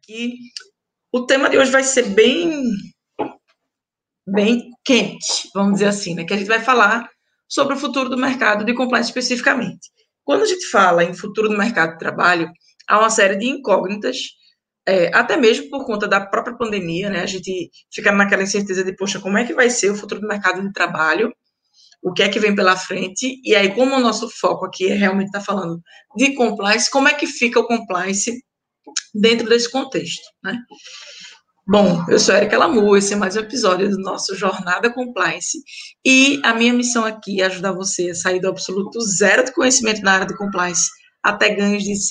Que o tema de hoje vai ser bem quente, vamos dizer assim, né? Que a gente vai falar sobre o futuro do mercado de compliance especificamente. Quando a gente fala em futuro do mercado de trabalho, há uma série de incógnitas, até mesmo por conta da própria pandemia, né? A gente fica naquela incerteza de, poxa, como é que vai ser o futuro do mercado de trabalho? O que é que vem pela frente? E aí, como o nosso foco aqui é realmente estar falando de compliance, como é que fica o compliance dentro desse contexto, né? Bom, eu sou Erika Lamu, esse é mais um episódio do nosso Jornada Compliance, e a minha missão aqui é ajudar você a sair do absoluto zero de conhecimento na área de compliance até ganhos de R$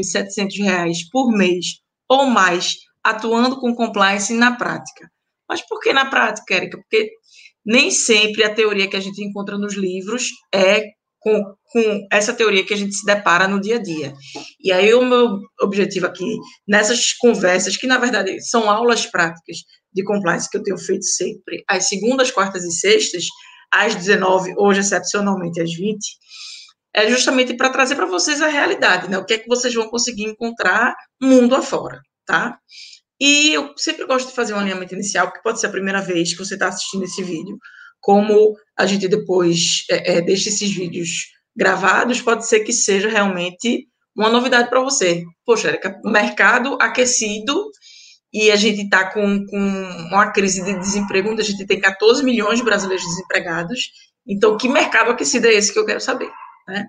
7.700 por mês ou mais, atuando com compliance na prática. Mas por que na prática, Erika? Porque nem sempre a teoria que a gente encontra nos livros é com essa teoria que a gente se depara no dia a dia. E aí o meu objetivo aqui, nessas conversas, que na verdade são aulas práticas de compliance que eu tenho feito sempre, às segundas, quartas e sextas, às 19, hoje excepcionalmente às 20, é justamente para trazer para vocês a realidade, né? O que é que vocês vão conseguir encontrar mundo afora, tá? E eu sempre gosto de fazer um alinhamento inicial, porque pode ser a primeira vez que você está assistindo esse vídeo, como a gente depois deixa esses vídeos gravados, pode ser que seja realmente uma novidade para você. Poxa, Erika, mercado aquecido e a gente está com uma crise de desemprego, onde a gente tem 14 milhões de brasileiros desempregados. Então, que mercado aquecido é esse que eu quero saber, né?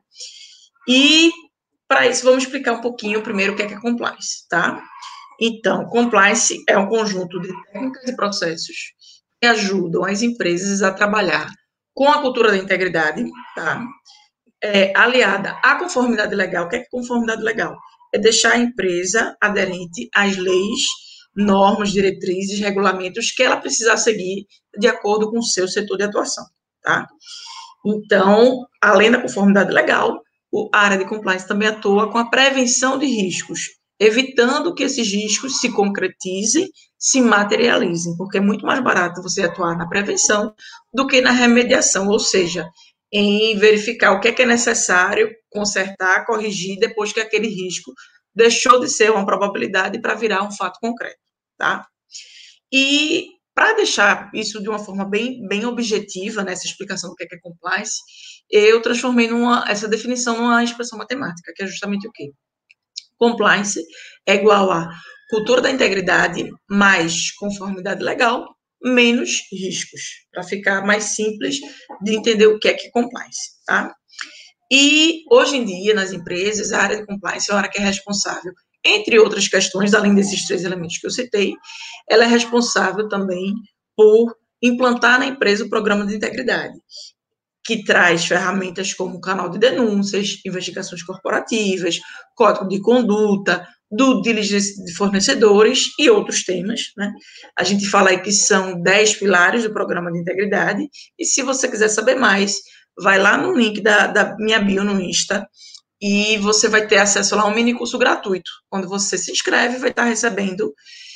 E, para isso, vamos explicar um pouquinho primeiro o que é compliance, tá? Então, compliance é um conjunto de técnicas e processos que ajudam as empresas a trabalhar com a cultura da integridade, tá? Aliada à conformidade legal. O que é conformidade legal? É deixar a empresa aderente às leis, normas, diretrizes, regulamentos que ela precisa seguir de acordo com o seu setor de atuação, tá? Então, além da conformidade legal, a área de compliance também atua com a prevenção de riscos, evitando que esses riscos se concretizem, se materializem, porque é muito mais barato você atuar na prevenção do que na remediação, ou seja, em verificar o que é necessário consertar, corrigir, depois que aquele risco deixou de ser uma probabilidade para virar um fato concreto, tá? E para deixar isso de uma forma bem objetiva, nessa explicação do que é compliance, eu transformei essa definição numa expressão matemática, que é justamente o quê? Compliance é igual a cultura da integridade mais conformidade legal menos riscos, para ficar mais simples de entender o que é compliance, tá? E, hoje em dia, nas empresas, a área de compliance é a área que é responsável, entre outras questões, além desses 3 elementos que eu citei, ela é responsável também por implantar na empresa o programa de integridade, que traz ferramentas como canal de denúncias, investigações corporativas, código de conduta, due diligence de fornecedores e outros temas, né? A gente fala aí que são 10 pilares do programa de integridade, e se você quiser saber mais, vai lá no link da minha bio no Insta, e você vai ter acesso lá a um mini curso gratuito, onde você se inscreve e vai estar recebendo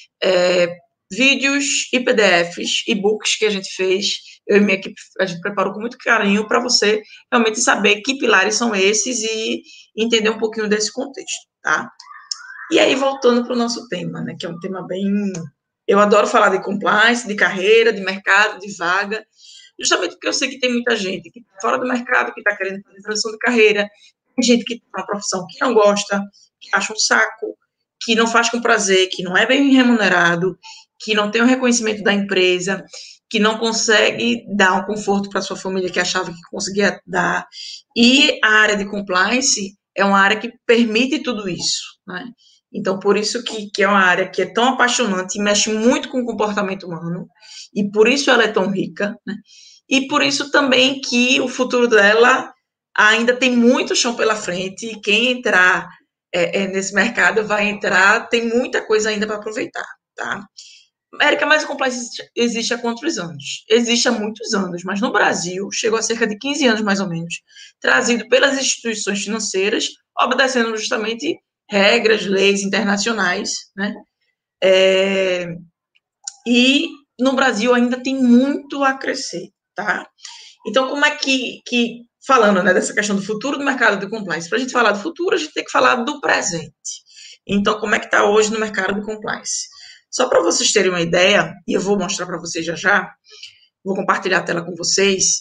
vídeos e PDFs, e-books que a gente fez, eu e minha equipe, a gente preparou com muito carinho para você realmente saber que pilares são esses e entender um pouquinho desse contexto, tá? E aí, voltando para o nosso tema, né, que é um tema bem... Eu adoro falar de compliance, de carreira, de mercado, de vaga, justamente porque eu sei que tem muita gente que está fora do mercado, que está querendo fazer transição de carreira, tem gente que está na profissão que não gosta, que acha um saco, que não faz com prazer, que não é bem remunerado, que não tem o reconhecimento da empresa, que não consegue dar um conforto para sua família que achava que conseguia dar. E a área de compliance é uma área que permite tudo isso, né? Então, por isso que é uma área que é tão apaixonante e mexe muito com o comportamento humano, e por isso ela é tão rica, né? E por isso também que o futuro dela ainda tem muito chão pela frente, e quem entrar nesse mercado vai entrar, tem muita coisa ainda para aproveitar, tá? Érica, mas o compliance existe há quantos anos? Existe há muitos anos, mas no Brasil chegou a cerca de 15 anos, mais ou menos, trazido pelas instituições financeiras, obedecendo justamente regras, leis internacionais, né? E no Brasil ainda tem muito a crescer, tá? Então, como é que falando, né, dessa questão do futuro do mercado de compliance, para a gente falar do futuro, a gente tem que falar do presente. Então, como é que está hoje no mercado de compliance? Só para vocês terem uma ideia, e eu vou mostrar para vocês já já, vou compartilhar a tela com vocês.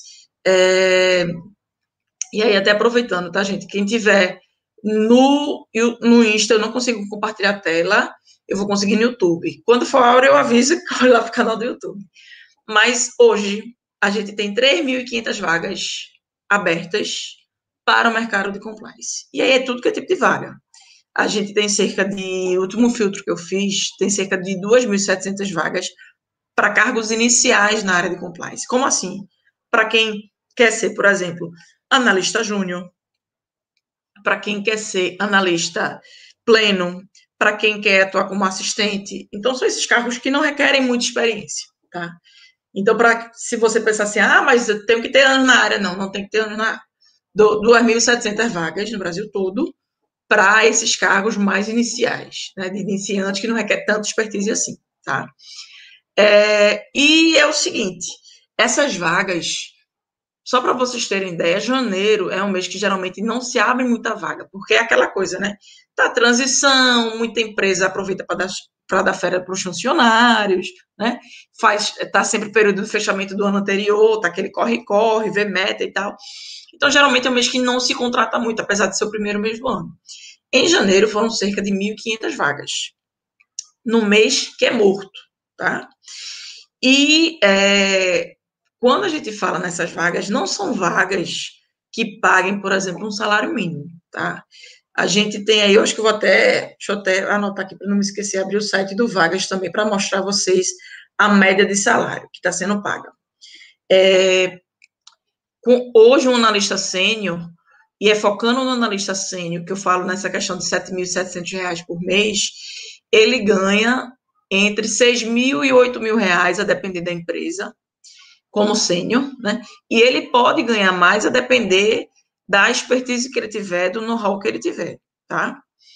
E aí, até aproveitando, tá, gente? Quem tiver no Insta, eu não consigo compartilhar a tela, eu vou conseguir no YouTube. Quando for a hora, eu aviso que eu vou lá para o canal do YouTube. Mas hoje, a gente tem 3.500 vagas abertas para o mercado de compliance. E aí é tudo que é tipo de vaga. A gente tem cerca de, o último filtro que eu fiz, tem cerca de 2.700 vagas para cargos iniciais na área de compliance. Como assim? Para quem quer ser, por exemplo, analista júnior, para quem quer ser analista pleno, para quem quer atuar como assistente. Então, são esses cargos que não requerem muita experiência, tá? Então, se você pensar assim, mas eu tenho que ter anos na área, não tem que ter anos na área. 2.700 vagas no Brasil todo para esses cargos mais iniciais, né, de iniciante que não requer tanta expertise assim, tá? E é o seguinte, essas vagas, só para vocês terem ideia, janeiro é um mês que geralmente não se abre muita vaga, porque é aquela coisa, né? Tá transição, muita empresa aproveita para dar férias para os funcionários, né? Tá sempre o período do fechamento do ano anterior, tá aquele corre-corre, vê meta e tal. Então, geralmente é um mês que não se contrata muito, apesar de ser o primeiro mês do ano. Em janeiro foram cerca de 1.500 vagas, no mês que é morto, tá? E quando a gente fala nessas vagas, não são vagas que paguem, por exemplo, um salário mínimo, tá? A gente tem aí, eu acho que deixa eu até anotar aqui para não me esquecer, abrir o site do Vagas também para mostrar a vocês a média de salário que está sendo paga. Hoje, um analista sênior, e focando no analista sênior, que eu falo nessa questão de R$ 7.700 por mês, ele ganha entre R$ 6.000 e R$ 8.000, a depender da empresa, como sênior, né? E ele pode ganhar mais a depender da expertise que ele tiver, do know-how que ele tiver, tá?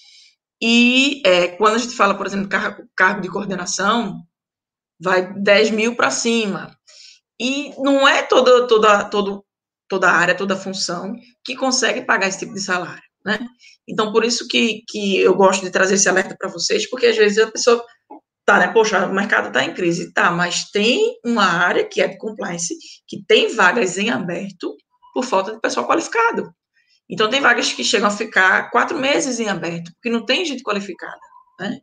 E quando a gente fala, por exemplo, cargo de coordenação, vai 10 mil para cima. E não é toda a área, toda a função que consegue pagar esse tipo de salário, né? Então, por isso que eu gosto de trazer esse alerta para vocês, porque às vezes a pessoa tá, né? Poxa, o mercado está em crise, tá, mas tem uma área que é de compliance que tem vagas em aberto por falta de pessoal qualificado. Então, tem vagas que chegam a ficar 4 meses em aberto, porque não tem gente qualificada, né?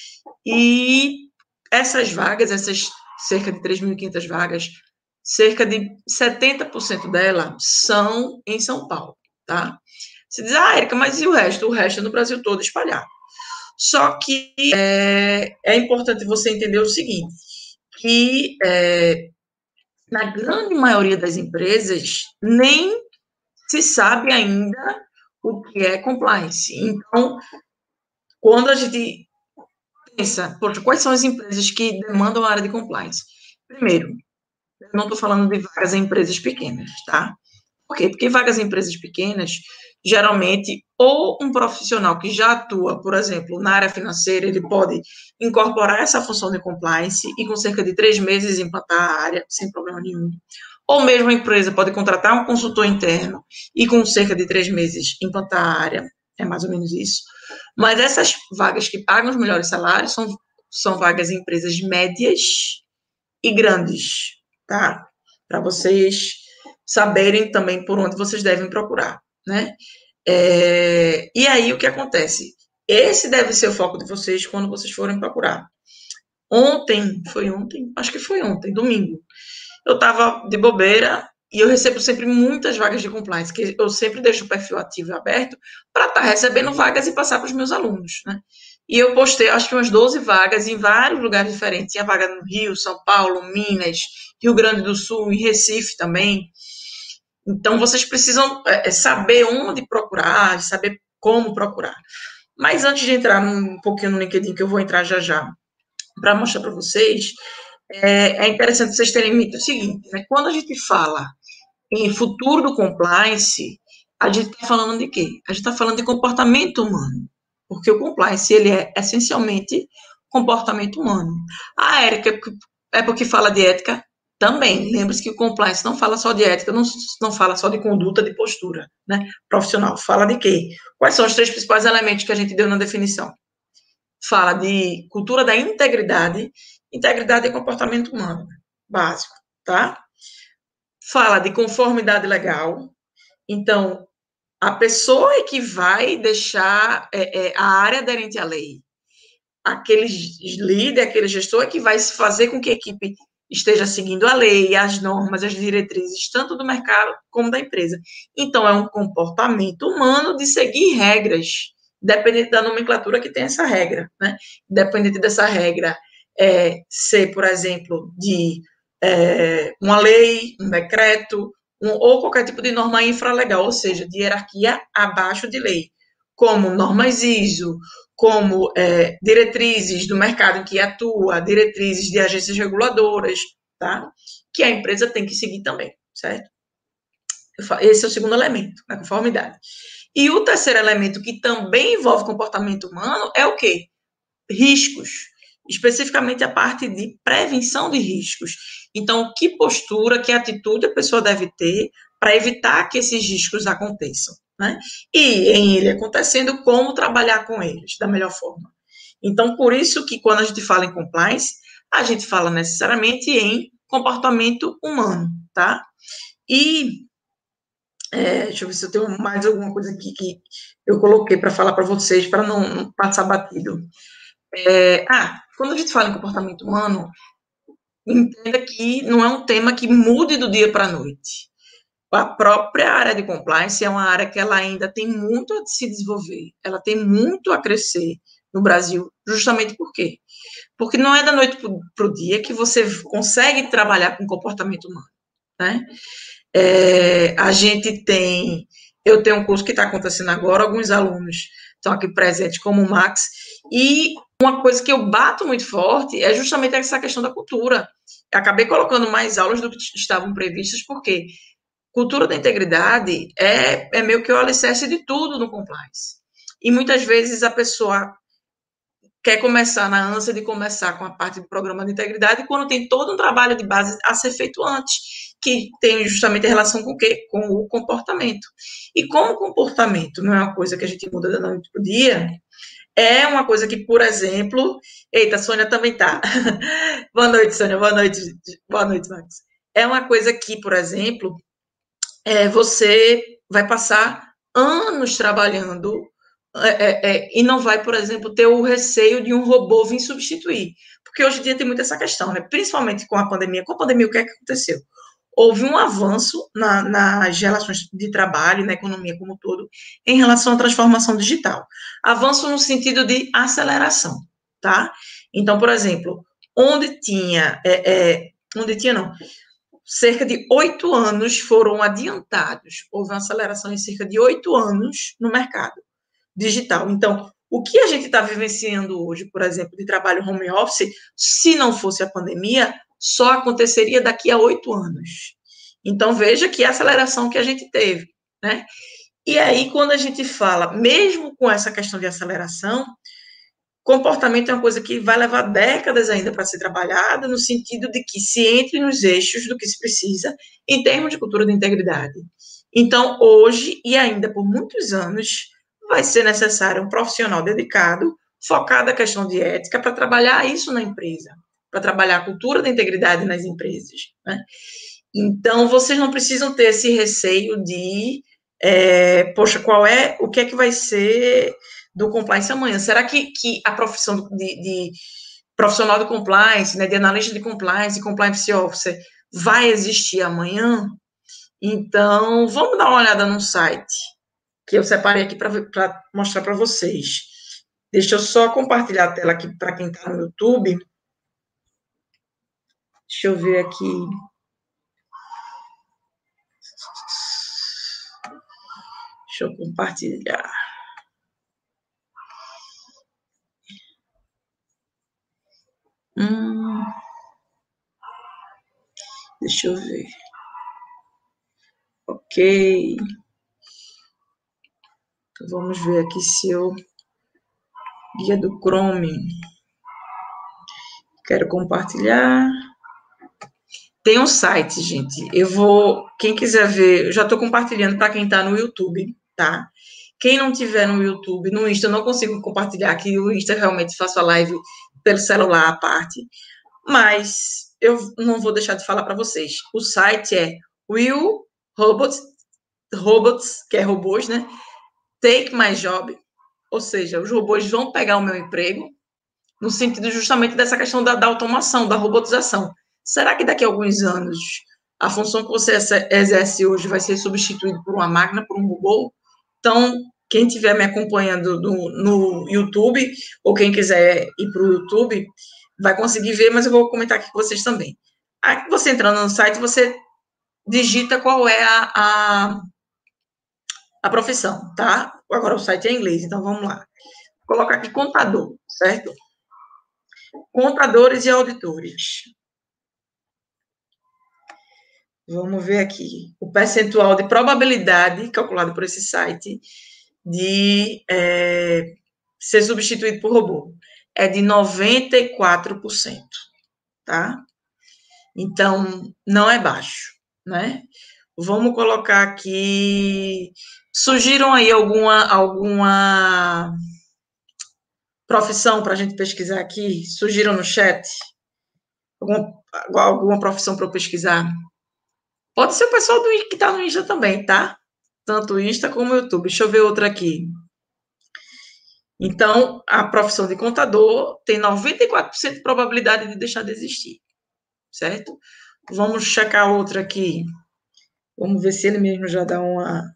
E essas vagas, essas cerca de 3.500 vagas, cerca de 70% delas são em São Paulo, tá? Você diz, Érica, mas e o resto? O resto é no Brasil todo espalhado. Só que é importante você entender o seguinte, que na grande maioria das empresas nem se sabe ainda o que é compliance. Então, quando a gente pensa, poxa, quais são as empresas que demandam a área de compliance? Primeiro, eu não estou falando de vagas em empresas pequenas, tá? Por quê? Porque vagas em empresas pequenas, geralmente, ou um profissional que já atua, por exemplo, na área financeira, ele pode incorporar essa função de compliance e com cerca de 3 meses implantar a área, sem problema nenhum. Ou mesmo a empresa pode contratar um consultor interno e com cerca de 3 meses implantar a área, é mais ou menos isso. Mas essas vagas que pagam os melhores salários são vagas em empresas médias e grandes, tá? Para vocês saberem também por onde vocês devem procurar, né? E aí, o que acontece? Esse deve ser o foco de vocês quando vocês forem procurar. Acho que foi ontem, domingo, eu estava de bobeira e eu recebo sempre muitas vagas de compliance, que eu sempre deixo o perfil ativo e aberto para estar recebendo vagas e passar para os meus alunos, né? E eu postei, acho que umas 12 vagas em vários lugares diferentes. Tinha vaga no Rio, São Paulo, Minas, Rio Grande do Sul, em Recife também. Então, vocês precisam saber onde procurar, saber como procurar. Mas antes de entrar um pouquinho no LinkedIn, que eu vou entrar já já, para mostrar para vocês, é interessante vocês terem em mente o seguinte, né? Quando a gente fala em futuro do compliance, a gente está falando de quê? A gente está falando de comportamento humano, porque o compliance ele é essencialmente comportamento humano. A Érica é porque fala de ética também. Lembre-se que o compliance não fala só de ética, não fala só de conduta, de postura, né? Profissional. Fala de quê? Quais são os 3 principais elementos que a gente deu na definição? fala de cultura da integridade. Integridade é comportamento humano, básico, tá? Fala de conformidade legal. Então, a pessoa é que vai deixar a área aderente à lei. Aquele líder, aquele gestor é que vai fazer com que a equipe esteja seguindo a lei, as normas, as diretrizes, tanto do mercado como da empresa. Então, é um comportamento humano de seguir regras, dependente da nomenclatura que tem essa regra, né? Dependente dessa regra ser, por exemplo, de uma lei, um decreto, ou qualquer tipo de norma infralegal, ou seja, de hierarquia abaixo de lei, como normas ISO, como diretrizes do mercado em que atua, diretrizes de agências reguladoras, tá? Que a empresa tem que seguir também, certo? Esse é o segundo elemento, a conformidade. E o terceiro elemento, que também envolve comportamento humano, é o quê? Riscos. Especificamente a parte de prevenção de riscos. Então, que postura, que atitude a pessoa deve ter para evitar que esses riscos aconteçam, né? E, em ele acontecendo, como trabalhar com eles da melhor forma. Então, por isso que quando a gente fala em compliance, a gente fala necessariamente em comportamento humano, tá? E, deixa eu ver se eu tenho mais alguma coisa aqui que eu coloquei para falar para vocês, para não passar batido. Quando a gente fala em comportamento humano, entenda que não é um tema que mude do dia para a noite. A própria área de compliance é uma área que ela ainda tem muito a se desenvolver, ela tem muito a crescer no Brasil, justamente por quê? Porque não é da noite para o dia que você consegue trabalhar com comportamento humano, né? Eu tenho um curso que está acontecendo agora, alguns alunos estão aqui presentes, como o Max, e uma coisa que eu bato muito forte é justamente essa questão da cultura. Eu acabei colocando mais aulas do que estavam previstas, porque cultura da integridade é meio que o alicerce de tudo no compliance. E muitas vezes a pessoa quer começar na ânsia de começar com a parte do programa de integridade quando tem todo um trabalho de base a ser feito antes, que tem justamente a relação com o quê? Com o comportamento. E como o comportamento não é uma coisa que a gente muda da noite para o dia, é uma coisa que, por exemplo... Eita, a Sônia também tá. Boa noite, Sônia. Boa noite, Max. É uma coisa que, por exemplo, você vai passar anos trabalhando e não vai, por exemplo, ter o receio de um robô vir substituir. Porque hoje em dia tem muito essa questão, né? Principalmente com a pandemia. Com a pandemia, o que é que aconteceu? Houve um avanço nas relações de trabalho, na economia como um todo, em relação à transformação digital. Avanço no sentido de aceleração, tá? Então, por exemplo, onde tinha não, cerca de 8 anos foram adiantados, houve uma aceleração em cerca de 8 anos no mercado digital. Então, o que a gente está vivenciando hoje, por exemplo, de trabalho home office, se não fosse a pandemia, só aconteceria daqui a 8 anos. Então, veja que aceleração que a gente teve, né? E aí, quando a gente fala, mesmo com essa questão de aceleração, comportamento é uma coisa que vai levar décadas ainda para ser trabalhada, no sentido de que se entre nos eixos do que se precisa em termos de cultura de integridade. Então, hoje e ainda por muitos anos, vai ser necessário um profissional dedicado, focado na questão de ética, para trabalhar isso na empresa, para trabalhar a cultura da integridade nas empresas, né? Então, vocês não precisam ter esse receio de, poxa, o que é que vai ser do compliance amanhã? Será que a profissão de profissional de compliance, né, de analista de compliance, compliance officer, vai existir amanhã? Então, vamos dar uma olhada no site que eu separei aqui para mostrar para vocês. Deixa eu só compartilhar a tela aqui para quem está no YouTube. Deixa eu ver aqui. Deixa eu compartilhar. Deixa eu ver. Ok. Vamos ver aqui se eu... Guia do Chrome. Quero compartilhar. Tem um site, gente. Quem quiser ver, eu já estou compartilhando para quem está no YouTube, tá? Quem não tiver no YouTube, no Insta, eu não consigo compartilhar, que o Insta realmente faço a live pelo celular à parte, mas eu não vou deixar de falar para vocês. O site é Will Robots, que é robôs, né? Take My Job, ou seja, os robôs vão pegar o meu emprego, no sentido justamente dessa questão da automação, da robotização. Será que daqui a alguns anos a função que você exerce hoje vai ser substituída por uma máquina, por um robô? Então, quem estiver me acompanhando no YouTube, ou quem quiser ir para o YouTube, vai conseguir ver, mas eu vou comentar aqui com vocês também. Aqui, você entrando no site, você digita qual é a profissão, tá? Agora o site é em inglês, então vamos lá. Vou colocar aqui contador, certo? Contadores e auditores. Vamos ver aqui. O percentual de probabilidade calculado por esse site de ser substituído por robô é de 94%, tá? Então, não é baixo, né? Vamos colocar aqui. Surgiram aí alguma profissão para a gente pesquisar aqui? Surgiram no chat? Alguma profissão para eu pesquisar? Pode ser o pessoal que está no Insta também, tá? Tanto o Insta como o YouTube. Deixa eu ver outra aqui. Então, a profissão de contador tem 94% de probabilidade de deixar de existir, certo? Vamos checar outra aqui. Vamos ver se ele mesmo já dá uma.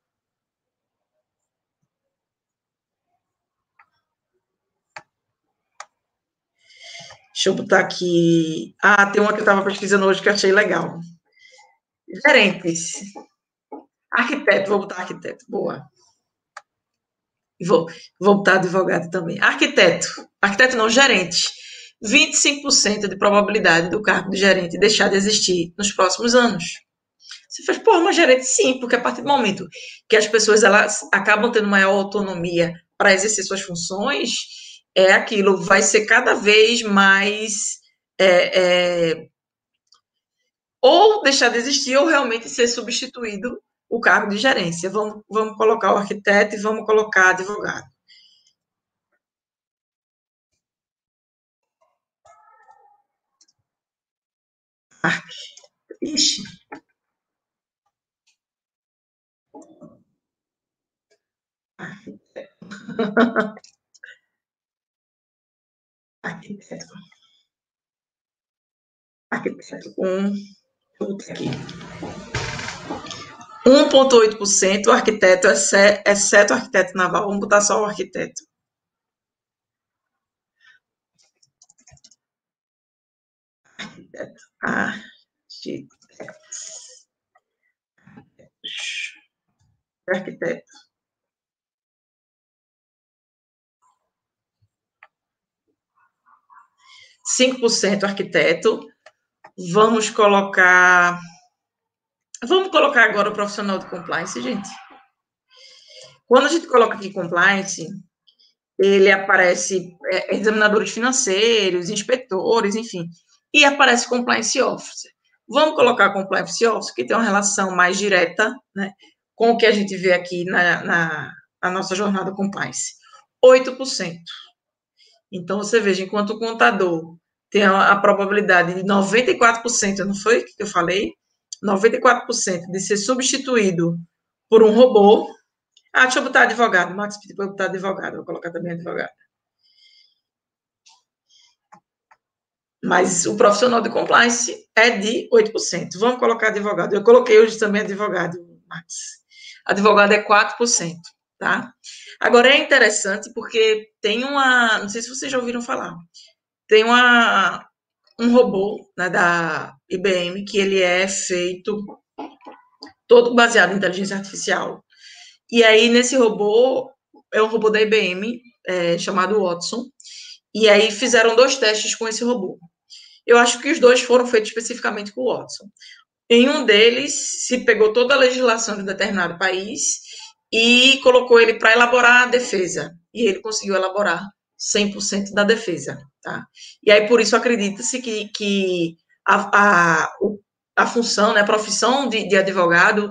Deixa eu botar aqui. Ah, tem uma que eu estava pesquisando hoje que eu achei legal. Gerentes. Arquiteto, vou botar arquiteto. Boa. Vou botar advogado também. Arquiteto. Arquiteto não, gerente. 25% de probabilidade do cargo de gerente deixar de existir nos próximos anos. Você faz, pô, mas gerente sim, porque a partir do momento que as pessoas elas acabam tendo maior autonomia para exercer suas funções, aquilo vai ser cada vez mais ou deixar de existir ou realmente ser substituído o cargo de gerência. Vamos colocar o arquiteto e vamos colocar advogado. Ixi. Arquiteto. Arquiteto com. Aqui. 1,8% arquiteto, exceto arquiteto naval. Vamos botar só o arquiteto. Arquiteto. 5% arquiteto. Vamos colocar agora o profissional de compliance, gente. Quando a gente coloca aqui compliance, ele aparece examinadores financeiros, inspetores, enfim, e aparece compliance officer. Vamos colocar compliance officer, que tem uma relação mais direta, né, com o que a gente vê aqui na nossa jornada compliance. 8%. Então, você veja, enquanto o contador tem a probabilidade de 94%, não foi que eu falei? 94% de ser substituído por um robô. Ah, deixa eu botar advogado. Max pediu para eu botar advogado. Vou colocar também advogado. Mas o profissional de compliance é de 8%. Vamos colocar advogado. Eu coloquei hoje também advogado, Max. Advogado é 4%, tá? Agora é interessante porque tem uma. Não sei se vocês já ouviram falar. Tem um robô, né, da IBM que ele é feito todo baseado em inteligência artificial. E aí, nesse robô, é um robô da IBM, chamado Watson, e aí fizeram 2 testes com esse robô. Eu acho que os 2 foram feitos especificamente com o Watson. Em um deles, se pegou toda a legislação de um determinado país e colocou ele para elaborar a defesa. E ele conseguiu elaborar 100% da defesa. Tá? E aí, por isso, acredita-se que a função, né, a profissão de advogado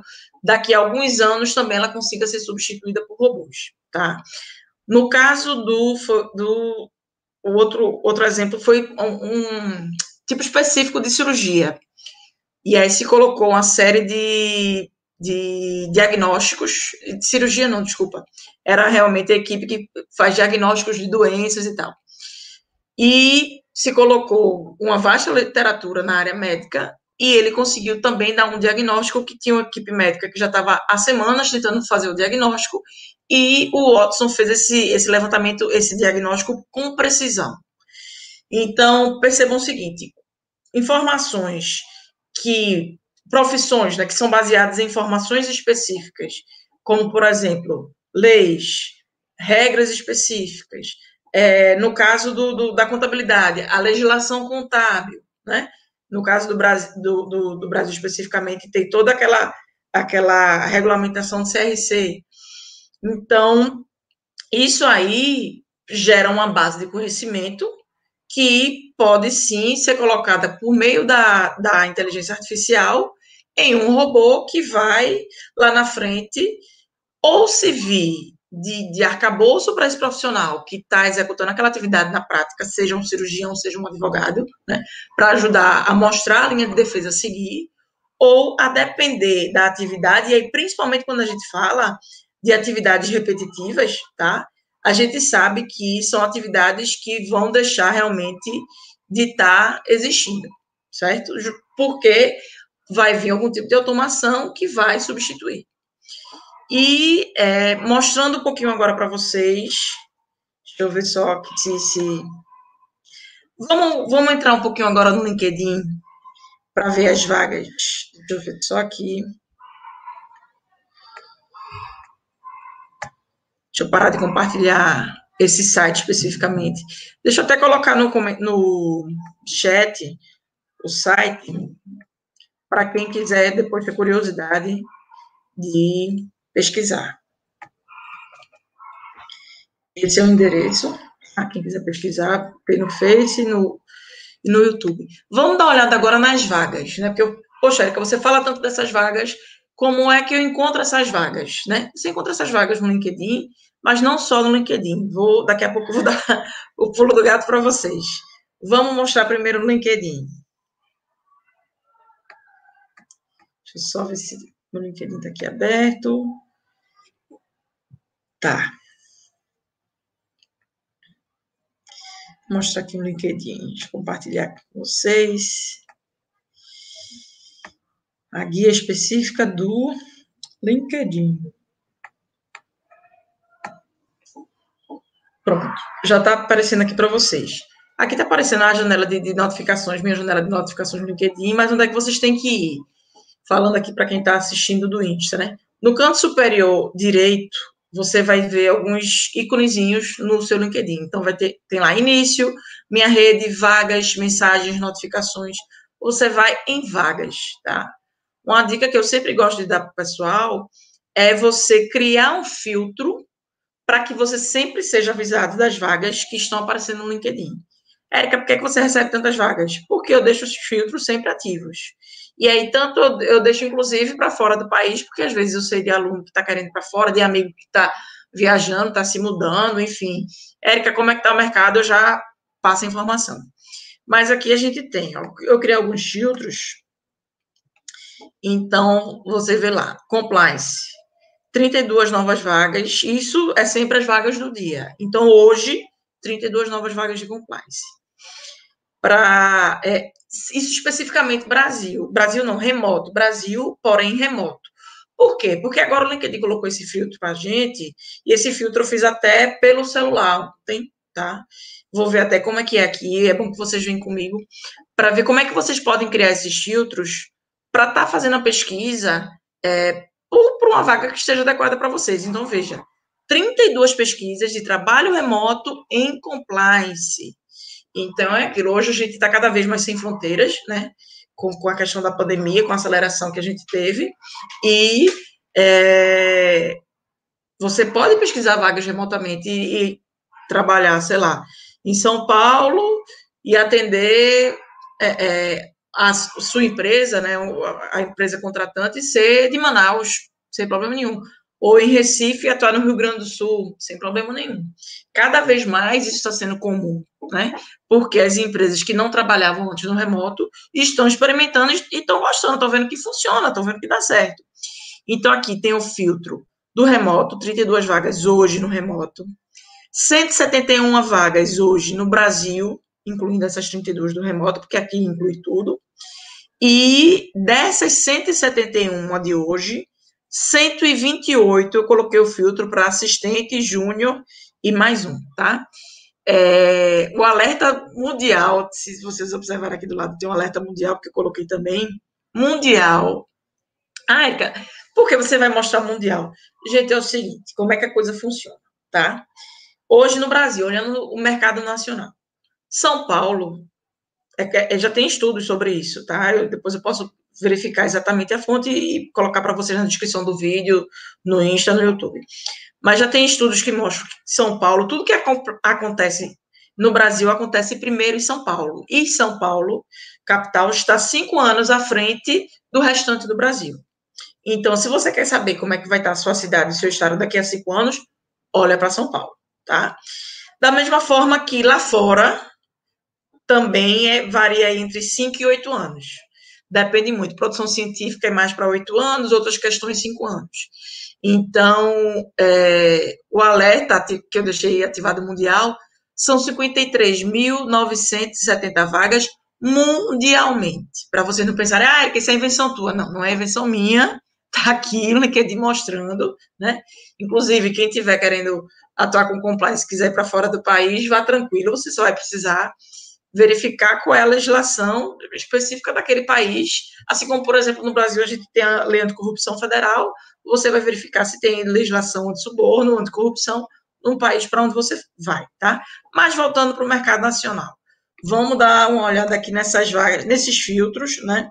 daqui a alguns anos também ela consiga ser substituída por robôs, tá? No caso do outro exemplo foi um tipo específico de cirurgia. E aí se colocou uma série de diagnósticos, de cirurgia não, desculpa, era realmente a equipe que faz diagnósticos de doenças e tal. E se colocou uma vasta literatura na área médica e ele conseguiu também dar um diagnóstico que tinha uma equipe médica que já estava há semanas tentando fazer o diagnóstico e o Watson fez esse levantamento, esse diagnóstico com precisão. Então, percebam o seguinte, informações que, profissões, né, que são baseadas em informações específicas, como, por exemplo, leis, regras específicas, no caso da contabilidade, a legislação contábil, né? No caso do Brasil especificamente, tem toda aquela regulamentação do CRC. Então, isso aí gera uma base de conhecimento que pode sim ser colocada por meio da inteligência artificial em um robô que vai lá na frente ou servir de arcabouço para esse profissional que está executando aquela atividade na prática, seja um cirurgião, seja um advogado, né, para ajudar a mostrar a linha de defesa a seguir, ou a depender da atividade, e aí principalmente quando a gente fala de atividades repetitivas, tá? A gente sabe que são atividades que vão deixar realmente de estar existindo, certo? Porque vai vir algum tipo de automação que vai substituir. E mostrando um pouquinho agora para vocês, deixa eu ver só se vamos entrar um pouquinho agora no LinkedIn para ver as vagas. Deixa eu ver só aqui. Deixa eu parar de compartilhar esse site especificamente. Deixa eu até colocar no chat o site para quem quiser depois ter curiosidade de pesquisar. Esse é o endereço. Quem quiser pesquisar, tem no Face e no YouTube. Vamos dar uma olhada agora nas vagas, né? Porque, poxa, Erika, você fala tanto dessas vagas, como é que eu encontro essas vagas, né? Você encontra essas vagas no LinkedIn, mas não só no LinkedIn. Daqui a pouco eu vou dar o pulo do gato para vocês. Vamos mostrar primeiro no LinkedIn. Deixa eu só ver se o LinkedIn está aqui aberto. Tá. Vou mostrar aqui no LinkedIn. Deixa eu compartilhar com vocês. A guia específica do LinkedIn. Pronto, já está aparecendo aqui para vocês. Aqui está aparecendo a janela de notificações, minha janela de notificações no LinkedIn, mas onde é que vocês têm que ir? Falando aqui para quem está assistindo do Insta, né? No canto superior direito, você vai ver alguns íconezinhos no seu LinkedIn. Então, tem lá início, minha rede, vagas, mensagens, notificações. Você vai em vagas, tá? Uma dica que eu sempre gosto de dar para o pessoal é você criar um filtro para que você sempre seja avisado das vagas que estão aparecendo no LinkedIn. Érica, por que você recebe tantas vagas? Porque eu deixo os filtros sempre ativos. E aí, tanto eu deixo, inclusive, para fora do país, porque às vezes eu sei de aluno que está querendo ir para fora, de amigo que está viajando, está se mudando, enfim. Érica, como é que está o mercado? Eu já passo a informação. Mas aqui a gente tem, ó, eu criei alguns filtros. Então, você vê lá, compliance, 32 novas vagas, isso é sempre as vagas do dia. Então, hoje, 32 novas vagas de compliance. Isso especificamente Brasil. Brasil não, remoto. Brasil, porém remoto. Por quê? Porque agora o LinkedIn colocou esse filtro para a gente, e esse filtro eu fiz até pelo celular, tem, tá? Vou ver até como é que é aqui, é bom que vocês venham comigo, para ver como é que vocês podem criar esses filtros para estar fazendo a pesquisa por uma vaga que esteja adequada para vocês. Então, veja, 32 pesquisas de trabalho remoto em compliance. Então, é aquilo. Hoje a gente está cada vez mais sem fronteiras, né? Com a questão da pandemia, com a aceleração que a gente teve. E você pode pesquisar vagas remotamente e trabalhar, sei lá, em São Paulo e atender a sua empresa, né, a empresa contratante, ser de Manaus, sem problema nenhum. Ou em Recife, atuar no Rio Grande do Sul, sem problema nenhum. Cada vez mais isso está sendo comum, né? Porque as empresas que não trabalhavam antes no remoto estão experimentando e estão gostando, estão vendo que funciona, estão vendo que dá certo. Então, aqui tem o filtro do remoto, 32 vagas hoje no remoto, 171 vagas hoje no Brasil, incluindo essas 32 do remoto, porque aqui inclui tudo. E dessas 171 de hoje, 128 eu coloquei o filtro para assistente, júnior e mais um, tá? O alerta mundial, se vocês observarem aqui do lado, tem um alerta mundial, que eu coloquei também, mundial. Erika, por que você vai mostrar mundial? Gente, é o seguinte, como é que a coisa funciona, tá? Hoje no Brasil, olhando o mercado nacional, São Paulo, já tem estudos sobre isso, tá? Depois eu posso verificar exatamente a fonte e colocar para vocês na descrição do vídeo, no Insta, no YouTube. Mas já tem estudos que mostram que São Paulo, tudo que acontece no Brasil acontece primeiro em São Paulo. E São Paulo, capital, está 5 anos à frente do restante do Brasil. Então, se você quer saber como é que vai estar a sua cidade, seu estado daqui a 5 anos, olha para São Paulo, tá? Da mesma forma que lá fora também varia entre 5 e 8 anos. Depende muito. Produção científica é mais para 8 anos, outras questões 5 anos. Então, o alerta que eu deixei ativado mundial são 53.970 vagas mundialmente. Para vocês não pensarem, que isso é invenção tua. Não, não é invenção minha. Está aqui no LinkedIn mostrando, né? Inclusive, quem estiver querendo atuar com compliance, quiser ir para fora do país, vá tranquilo, você só vai precisar verificar qual é a legislação específica daquele país, assim como, por exemplo, no Brasil a gente tem a lei anticorrupção federal, você vai verificar se tem legislação anti-suborno, anticorrupção, no país para onde você vai, tá? Mas voltando para o mercado nacional, vamos dar uma olhada aqui nessas vagas, nesses filtros, né,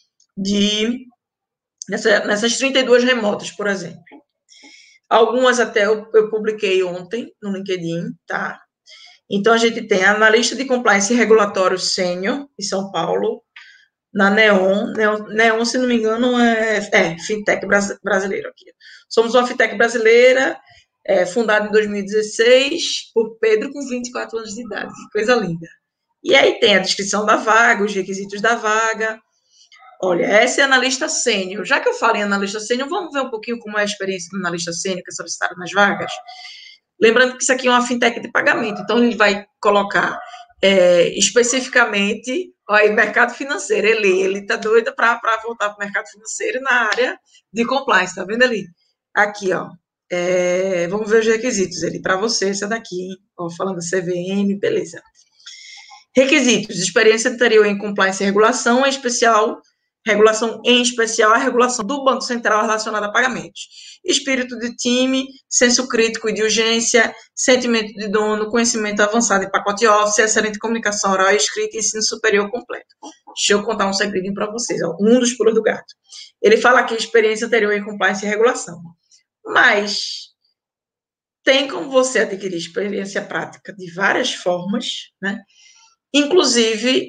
nessas 32 remotas, por exemplo. Algumas até eu publiquei ontem no LinkedIn, tá? Então, a gente tem a analista de compliance regulatório sênior, em São Paulo, na Neon, se não me engano, é fintech brasileira aqui. Somos uma fintech brasileira, fundada em 2016, por Pedro, com 24 anos de idade. Que coisa linda. E aí tem a descrição da vaga, os requisitos da vaga. Olha, essa é a analista sênior. Já que eu falo em analista sênior, vamos ver um pouquinho como é a experiência do analista sênior que é solicitado nas vagas? Lembrando que isso aqui é uma fintech de pagamento, então ele vai colocar especificamente, olha, mercado financeiro. Ele está doido para voltar para o mercado financeiro na área de compliance, tá vendo ali? Aqui, ó. Vamos ver os requisitos ali para você, essa daqui, ó, falando CVM, beleza. Requisitos: experiência anterior em compliance e regulação, regulação em especial a regulação do Banco Central relacionada a pagamentos. Espírito de time, senso crítico e de urgência, sentimento de dono, conhecimento avançado em pacote Office, excelente comunicação oral e escrita e ensino superior completo. Deixa eu contar um segredinho para vocês, ó, um dos pulos do gato. Ele fala aqui experiência anterior em compliance e regulação. Mas tem como você adquirir experiência prática de várias formas, né? Inclusive,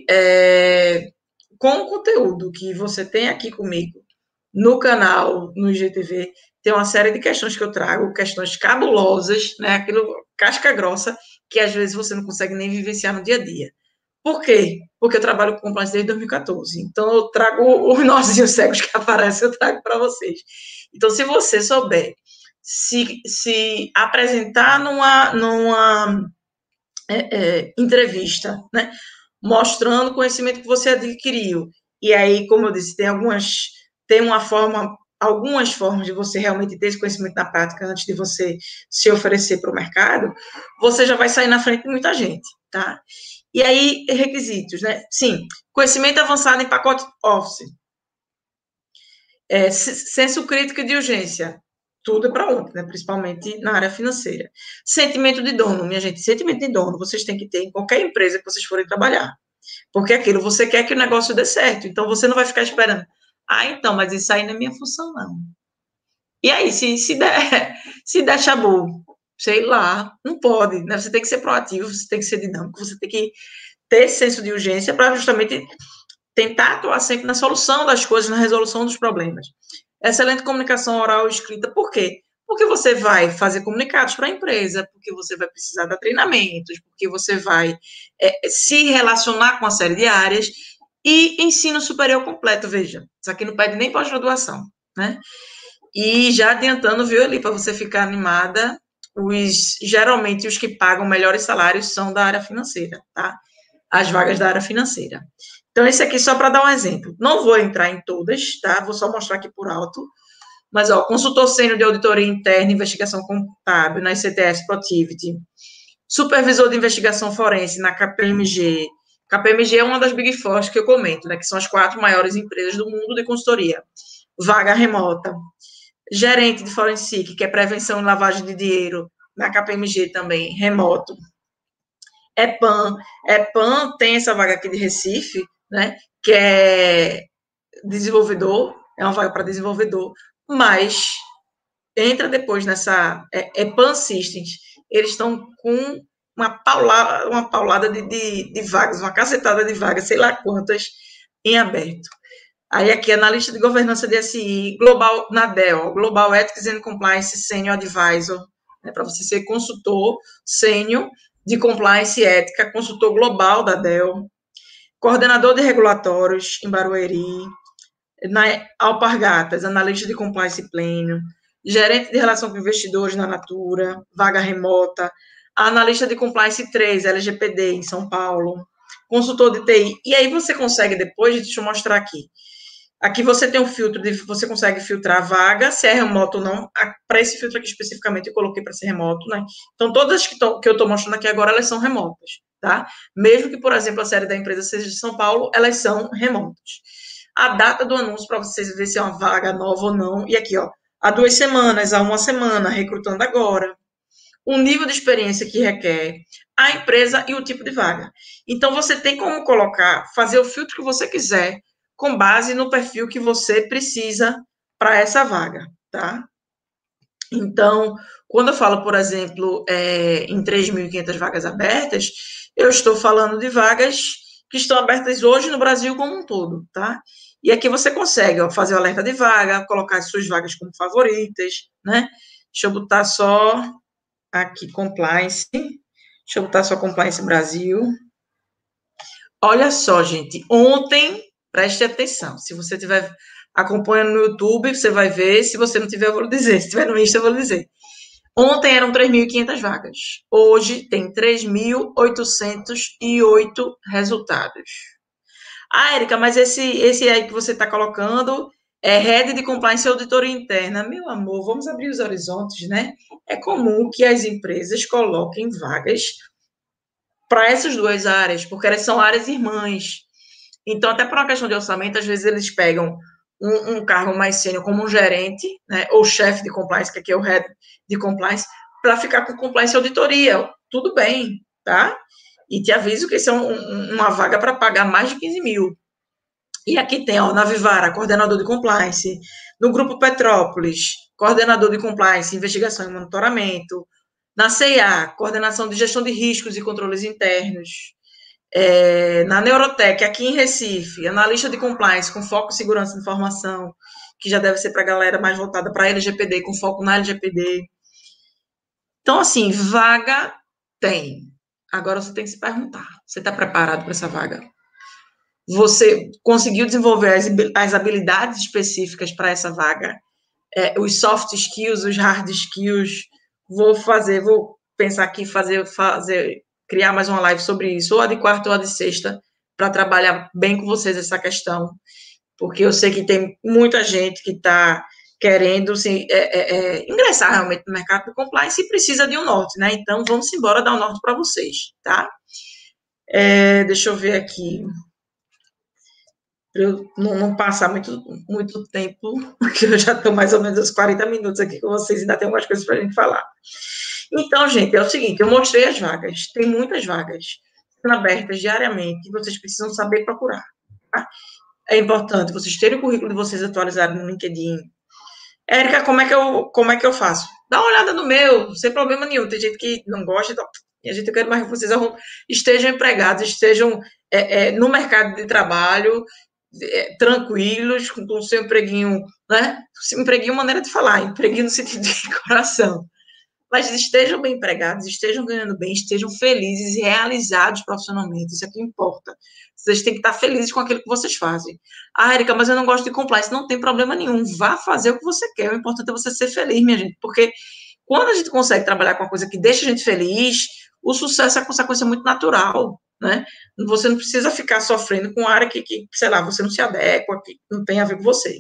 com o conteúdo que você tem aqui comigo, no canal, no IGTV, tem uma série de questões que eu trago, questões cabulosas, né? Aquilo casca grossa, que às vezes você não consegue nem vivenciar no dia a dia. Por quê? Porque eu trabalho com compliance desde 2014. Então, eu trago os nozinhos cegos que aparecem, eu trago para vocês. Então, se você souber se apresentar numa entrevista, né, mostrando o conhecimento que você adquiriu, e aí, como eu disse, algumas formas de você realmente ter esse conhecimento na prática antes de você se oferecer para o mercado, você já vai sair na frente de muita gente, tá? E aí, requisitos, né? Sim, conhecimento avançado em pacote Office, senso crítico de urgência, tudo é para ontem, né? Principalmente na área financeira. Sentimento de dono, minha gente, sentimento de dono vocês têm que ter em qualquer empresa que vocês forem trabalhar. Porque aquilo, você quer que o negócio dê certo, então você não vai ficar esperando. Então, mas isso aí não é minha função, não. E aí, se der chabu, sei lá, não pode, né? Você tem que ser proativo, você tem que ser dinâmico, você tem que ter senso de urgência para justamente tentar atuar sempre na solução das coisas, na resolução dos problemas. Excelente comunicação oral e escrita, por quê? Porque você vai fazer comunicados para a empresa, porque você vai precisar dar treinamentos, porque você vai se relacionar com uma série de áreas. E ensino superior completo, veja. Isso aqui não pede nem pós-graduação, né? E já adiantando, viu, ali, para você ficar animada, geralmente os que pagam melhores salários são da área financeira, tá? As vagas da área financeira. Então, esse aqui só para dar um exemplo. Não vou entrar em todas, tá? Vou só mostrar aqui por alto. Mas, ó, consultor sênior de auditoria interna e investigação contábil na ICTS Protivity, supervisor de investigação forense na KPMG. KPMG é uma das Big Four que eu comento, né? Que são as 4 maiores empresas do mundo de consultoria. Vaga remota. Gerente de Forensic, que é prevenção e lavagem de dinheiro, na KPMG também, remoto. EPAM tem essa vaga aqui de Recife, né, que é desenvolvedor, é uma vaga para desenvolvedor, mas entra depois nessa EPAM Systems, eles estão com uma paulada de vagas, uma cacetada de vagas, sei lá quantas, em aberto. Aí aqui, analista de governança de SI, Global, na DEL, Global Ethics and Compliance Senior Advisor, né, para você ser consultor sênior de compliance e ética, consultor global da DEL, coordenador de regulatórios em Barueri, na Alpargatas, analista de compliance pleno, gerente de relação com investidores na Natura, vaga remota, analista de compliance 3, LGPD em São Paulo, consultor de TI. E aí você consegue depois, deixa eu mostrar aqui. Aqui você tem um filtro, você consegue filtrar a vaga, se é remoto ou não. Para esse filtro aqui especificamente, eu coloquei para ser remoto, né? Então, todas que eu estou mostrando aqui agora, elas são remotas, tá? Mesmo que, por exemplo, a série da empresa seja de São Paulo, elas são remotas. A data do anúncio, para vocês verem se é uma vaga nova ou não. E aqui, ó, há 2 semanas, há 1 semana, recrutando agora. O nível de experiência que requer, a empresa e o tipo de vaga. Então, você tem como colocar, fazer o filtro que você quiser, com base no perfil que você precisa para essa vaga, tá? Então, quando eu falo, por exemplo, em 3.500 vagas abertas, eu estou falando de vagas que estão abertas hoje no Brasil como um todo, tá? E aqui você consegue fazer o alerta de vaga, colocar as suas vagas como favoritas, né? Deixa eu botar só aqui, compliance. Deixa eu botar só compliance Brasil. Olha só, gente, ontem, preste atenção, se você estiver acompanhando no YouTube, você vai ver, se você não tiver, eu vou lhe dizer, se estiver no Insta, eu vou lhe dizer. Ontem eram 3.500 vagas, hoje tem 3.808 resultados. Ah, Érica, mas esse aí que você está colocando é Head de Compliance e Auditoria Interna. Meu amor, vamos abrir os horizontes, né? É comum que as empresas coloquem vagas para essas 2 áreas, porque elas são áreas irmãs. Então, até por uma questão de orçamento, às vezes eles pegam um cargo mais sênior como um gerente, né, ou chefe de compliance, que aqui é o head de compliance, para ficar com compliance e auditoria. Tudo bem, tá? E te aviso que isso é uma vaga para pagar mais de 15 mil. E aqui tem, ó, na Vivara, coordenador de compliance, no Grupo Petrópolis, coordenador de compliance, investigação e monitoramento, na CIA, coordenação de gestão de riscos e controles internos, na Neurotech, aqui em Recife, analista de compliance com foco em segurança de informação, que já deve ser para a galera mais voltada para a LGPD, com foco na LGPD. Então, assim, vaga tem. Agora você tem que se perguntar, você está preparado para essa vaga? Você conseguiu desenvolver as habilidades específicas para essa vaga? Os soft skills, os hard skills? Vou pensar aqui, criar mais uma live sobre isso, ou a de quarta ou a de sexta, para trabalhar bem com vocês essa questão, porque eu sei que tem muita gente que está querendo ingressar realmente no mercado de compliance e precisa de um norte, né? Então, vamos embora dar um norte para vocês, tá? Deixa eu ver aqui, para eu não passar muito tempo, porque eu já estou mais ou menos uns 40 minutos aqui com vocês, ainda tem algumas coisas para a gente falar. Então, gente, é o seguinte, eu mostrei as vagas, tem muitas vagas sendo abertas diariamente, e vocês precisam saber procurar, tá? É importante vocês terem o currículo de vocês atualizado no LinkedIn. Érica, como é que eu faço? Dá uma olhada no meu, sem problema nenhum, tem gente que não gosta, então, e a gente quer mais que vocês estejam empregados, estejam no mercado de trabalho, tranquilos, com o seu empreguinho, né? Empreguinho é maneira de falar, empreguinho no sentido de coração. Mas estejam bem empregados, estejam ganhando bem, estejam felizes e realizados profissionalmente, isso é que importa. Vocês têm que estar felizes com aquilo que vocês fazem. Ah, Erika, mas eu não gosto de compliance. Não tem problema nenhum, vá fazer o que você quer, o importante é você ser feliz, minha gente, porque quando a gente consegue trabalhar com uma coisa que deixa a gente feliz, o sucesso é consequência muito natural, né? Você não precisa ficar sofrendo com área que, sei lá, você não se adequa, que não tem a ver com você.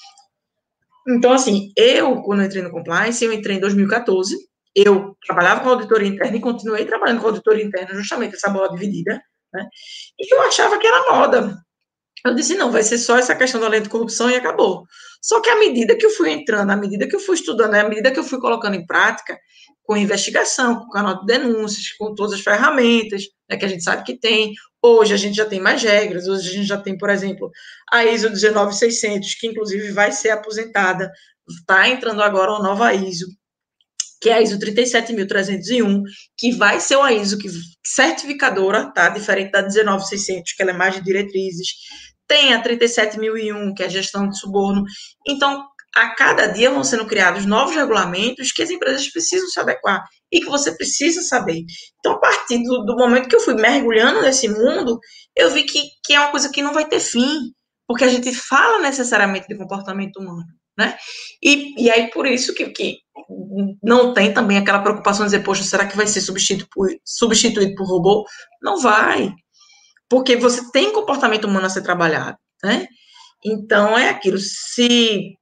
Então, assim, quando eu entrei no compliance, eu entrei em 2014, eu trabalhava com auditoria interna e continuei trabalhando com auditoria interna, justamente essa bola dividida, né? E eu achava que era moda. Eu disse, não, vai ser só essa questão da lei de corrupção e acabou. Só que à medida que eu fui entrando, à medida que eu fui estudando, à medida que eu fui colocando em prática, com investigação, com canal de denúncias, com todas as ferramentas, né, que a gente sabe que tem. Hoje a gente já tem mais regras, hoje a gente já tem, por exemplo, a ISO 19600, que inclusive vai ser aposentada, está entrando agora uma nova ISO, que é a ISO 37301, que vai ser uma ISO certificadora, tá? Diferente da 19600, que ela é mais de diretrizes. Tem a 37001, que é a gestão de suborno. Então, a cada dia vão sendo criados novos regulamentos que as empresas precisam se adequar e que você precisa saber. Então, a partir do momento que eu fui mergulhando nesse mundo, eu vi que é uma coisa que não vai ter fim, porque a gente fala necessariamente de comportamento humano, né? E aí, por isso que não tem também aquela preocupação de dizer, poxa, será que vai ser substituído por robô? Não vai, porque você tem comportamento humano a ser trabalhado, né? Então, é aquilo, se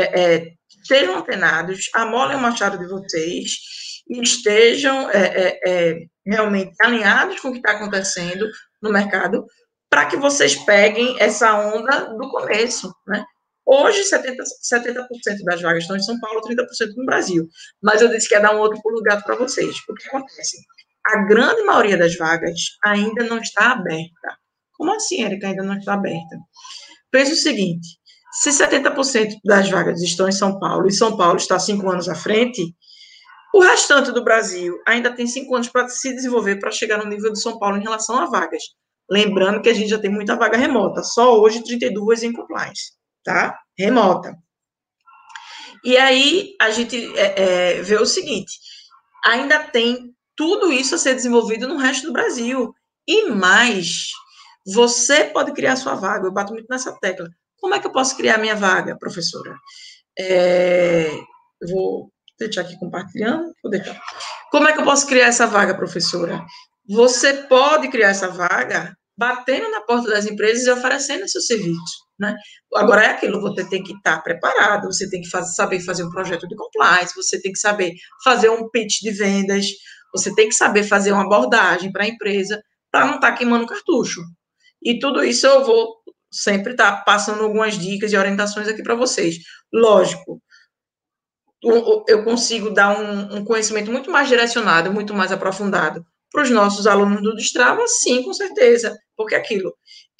estejam antenados, amolem o machado de vocês e estejam realmente alinhados com o que está acontecendo no mercado, para que vocês peguem essa onda do começo, né? Hoje, 70% das vagas estão em São Paulo, 30% no Brasil. Mas eu disse que ia dar um outro pulo do gato para vocês. O que acontece? A grande maioria das vagas ainda não está aberta. Como assim, Erika, ainda não está aberta? Pensa o seguinte, se 70% das vagas estão em São Paulo e São Paulo está 5 anos à frente, o restante do Brasil ainda tem 5 anos para se desenvolver para chegar no nível de São Paulo em relação a vagas. Lembrando que a gente já tem muita vaga remota, só hoje 32 em compliance, tá? Remota. E aí a gente vê o seguinte, ainda tem tudo isso a ser desenvolvido no resto do Brasil. E mais, você pode criar sua vaga. Eu bato muito nessa tecla. Como é que eu posso criar minha vaga, professora? Vou deixar aqui compartilhando. Vou deixar. Como é que eu posso criar essa vaga, professora? Você pode criar essa vaga batendo na porta das empresas e oferecendo seu serviço, né? Agora é aquilo, você tem que estar preparado, você tem que saber fazer um projeto de compliance, você tem que saber fazer um pitch de vendas, você tem que saber fazer uma abordagem para a empresa, para não estar queimando cartucho. E tudo isso eu vou sempre estar passando algumas dicas e orientações aqui para vocês. Lógico, eu consigo dar um conhecimento muito mais direcionado, muito mais aprofundado para os nossos alunos do Destrava, sim, com certeza, porque aquilo,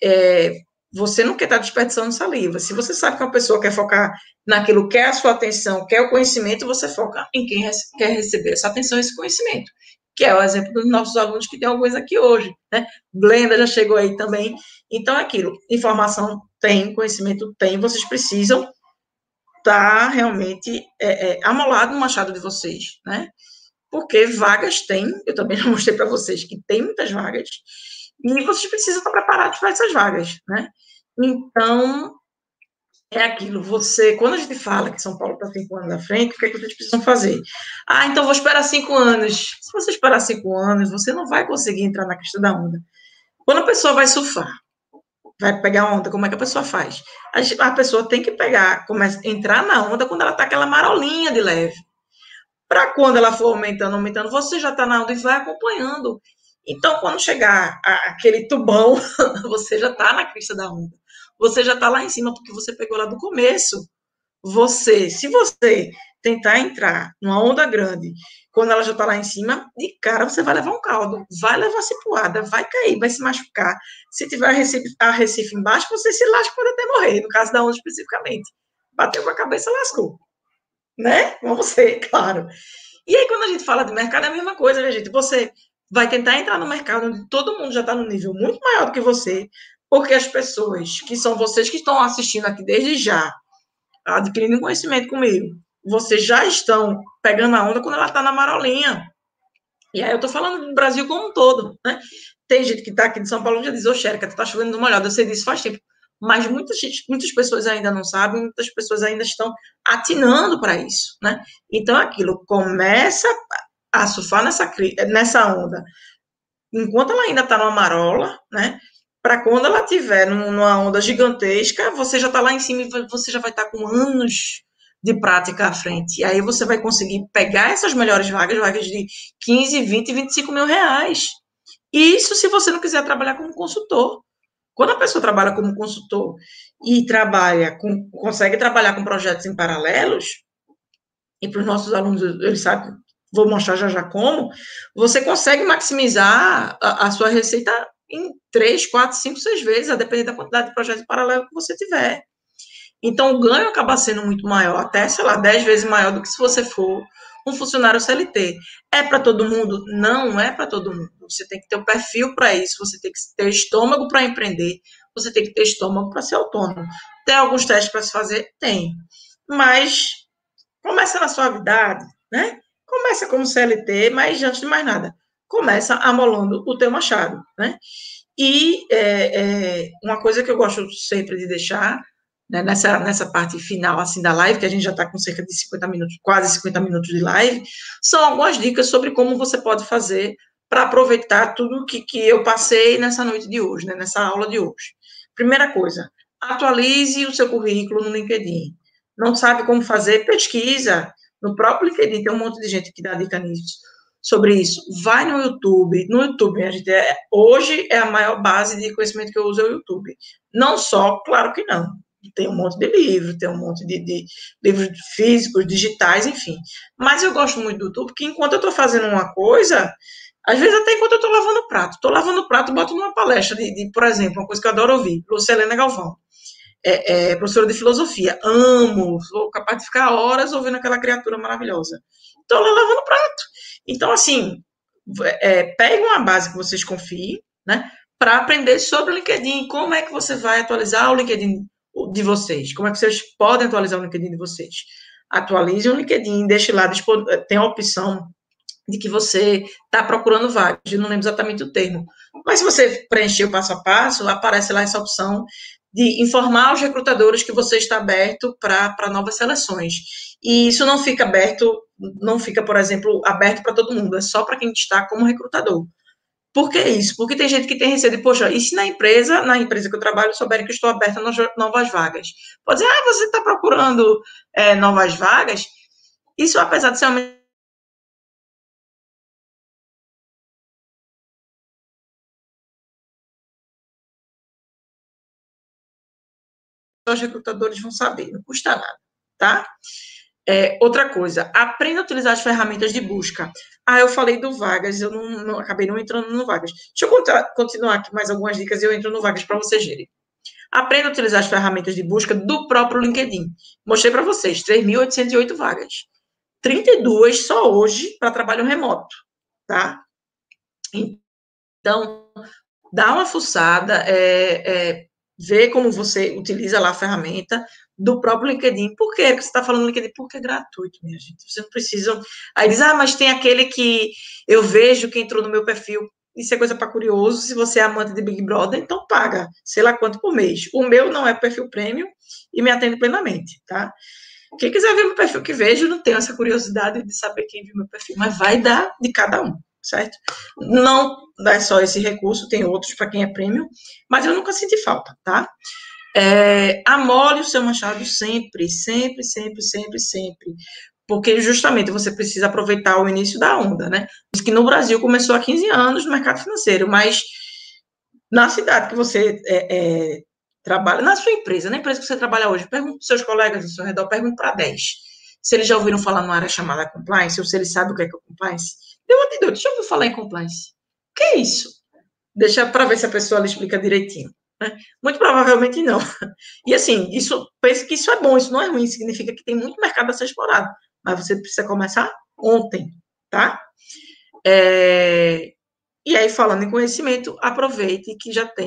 você não quer estar desperdiçando saliva. Se você sabe que uma pessoa quer focar naquilo, quer a sua atenção, quer o conhecimento, você foca em quem quer receber essa atenção e esse conhecimento, que é o exemplo dos nossos alunos que tem alguns aqui hoje, né? Blenda já chegou aí também. Então, é aquilo, informação tem, conhecimento tem, vocês precisam estar realmente amolado no machado de vocês, né? Porque vagas tem, eu também já mostrei para vocês que tem muitas vagas, e vocês precisam estar preparados para essas vagas, né? Então, é aquilo, quando a gente fala que São Paulo está 5 anos à frente, o que é que vocês precisam fazer? Ah, então vou esperar 5 anos. Se você esperar 5 anos, você não vai conseguir entrar na crista da onda. Quando a pessoa vai surfar, vai pegar onda, como é que a pessoa faz? A pessoa tem que entrar na onda quando ela está aquela marolinha de leve. Para quando ela for aumentando, você já está na onda e vai acompanhando. Então, quando chegar aquele tubão, você já está na crista da onda. Você já está lá em cima, porque você pegou lá do começo. Se você tentar entrar numa onda grande, quando ela já está lá em cima, de cara você vai levar um caldo, vai levar cipuada, vai cair, vai se machucar. Se tiver a Recife embaixo, você se lasca, pode até morrer, no caso da onda especificamente. Bateu com a cabeça, lascou. Né? Vamos ser, claro. E aí, quando a gente fala de mercado, é a mesma coisa, né, gente? Você vai tentar entrar no mercado onde todo mundo já está no nível muito maior do que você, Porque as pessoas que são vocês que estão assistindo aqui desde já, adquirindo conhecimento comigo, vocês já estão pegando a onda quando ela está na marolinha. E aí eu estou falando do Brasil como um todo, né? Tem gente que está aqui de São Paulo e já diz, ô, Xérica, tu tá chovendo numa olhada, eu sei disso faz tempo. Mas muitas pessoas ainda não sabem, muitas pessoas ainda estão atinando para isso, né? Então, aquilo começa a surfar nessa onda, enquanto ela ainda está numa marola, né? Para quando ela estiver numa onda gigantesca, você já está lá em cima e você já vai estar com anos de prática à frente. E aí você vai conseguir pegar essas melhores vagas de 15, 20, 25 mil reais. Isso se você não quiser trabalhar como consultor. Quando a pessoa trabalha como consultor e consegue trabalhar com projetos em paralelos, e para os nossos alunos, eles sabem, vou mostrar já já como, você consegue maximizar a sua receita em 3, 4, 5, 6 vezes, a depender da quantidade de projetos paralelos que você tiver. Então, o ganho acaba sendo muito maior, até, sei lá, 10 vezes maior do que se você for um funcionário CLT. É para todo mundo? Não é para todo mundo. Você tem que ter o perfil para isso, você tem que ter estômago para empreender, você tem que ter estômago para ser autônomo. Tem alguns testes para se fazer? Tem. Mas começa na suavidade, né? Começa como CLT, mas antes de mais nada, começa amolando o teu machado, né? E uma coisa que eu gosto sempre de deixar, né, nessa parte final assim da live, que a gente já está com cerca de 50 minutos, quase 50 minutos de live, são algumas dicas sobre como você pode fazer para aproveitar tudo que eu passei nessa noite de hoje, né, nessa aula de hoje. Primeira coisa, atualize o seu currículo no LinkedIn. Não sabe como fazer? Pesquisa. No próprio LinkedIn tem um monte de gente que dá dica nisso, sobre isso. Vai no YouTube. No YouTube, a gente hoje é a maior base de conhecimento que eu uso é o YouTube. Não só, claro que não. Tem um monte de livro, tem um monte de livros físicos, digitais, enfim. Mas eu gosto muito do YouTube, porque enquanto eu estou fazendo uma coisa, às vezes até enquanto eu estou lavando o prato. Estou lavando o prato, boto numa palestra por exemplo, uma coisa que eu adoro ouvir, Lucilena Galvão. Professora de filosofia, amo, sou capaz de ficar horas ouvindo aquela criatura maravilhosa. Estou lá lavando prato. Então, assim, pegue uma base que vocês confiem, né, para aprender sobre o LinkedIn, como é que você vai atualizar o LinkedIn de vocês, como é que vocês podem atualizar o LinkedIn de vocês. Atualize o LinkedIn, deixe lá, tem a opção de que você está procurando vagas, eu não lembro exatamente o termo, mas se você preencher o passo a passo, aparece lá essa opção de informar aos recrutadores que você está aberto para novas seleções. E isso não fica aberto, não fica, por exemplo, aberto para todo mundo, é só para quem está como recrutador. Por que isso? Porque tem gente que tem receio de, poxa, e se na empresa que eu trabalho, souberem que eu estou aberta a novas vagas? Pode dizer, você está procurando novas vagas? Isso, apesar de ser uma os recrutadores vão saber, não custa nada, tá? Outra coisa, aprenda a utilizar as ferramentas de busca. Eu falei do Vagas, eu acabei não entrando no Vagas. Deixa eu continuar aqui mais algumas dicas e eu entro no Vagas para vocês verem. Aprenda a utilizar as ferramentas de busca do próprio LinkedIn. Mostrei para vocês, 3.808 vagas. 32 só hoje para trabalho remoto, tá? Então, dá uma fuçada, vê como você utiliza lá a ferramenta do próprio LinkedIn. Por que você está falando do LinkedIn? Porque é gratuito, minha gente. Você não precisa. Aí diz, mas tem aquele que eu vejo que entrou no meu perfil. Isso é coisa para curioso. Se você é amante de Big Brother, então paga, sei lá quanto por mês. O meu não é perfil premium e me atende plenamente, tá? Quem quiser ver meu perfil que vejo, não tenho essa curiosidade de saber quem viu meu perfil, mas vai dar de cada um, certo? Não dá só esse recurso, tem outros para quem é premium, mas eu nunca senti falta, tá? Amole o seu machado sempre, sempre, sempre, sempre, sempre. Porque justamente você precisa aproveitar o início da onda, né? Diz que no Brasil começou há 15 anos no mercado financeiro, mas na cidade que você trabalha, na sua empresa, na empresa que você trabalha hoje, pergunte para os seus colegas ao seu redor, pergunte para 10. Se eles já ouviram falar numa área chamada compliance, ou se eles sabem o que é compliance. Deu uma de Deus, já ouviu falar em compliance? O que é isso? Deixa para ver se a pessoa lhe explica direitinho. Né? Muito provavelmente não. E assim, pense que isso é bom, isso não é ruim, significa que tem muito mercado a ser explorado. Mas você precisa começar ontem, tá? E aí, falando em conhecimento, aproveite que já tem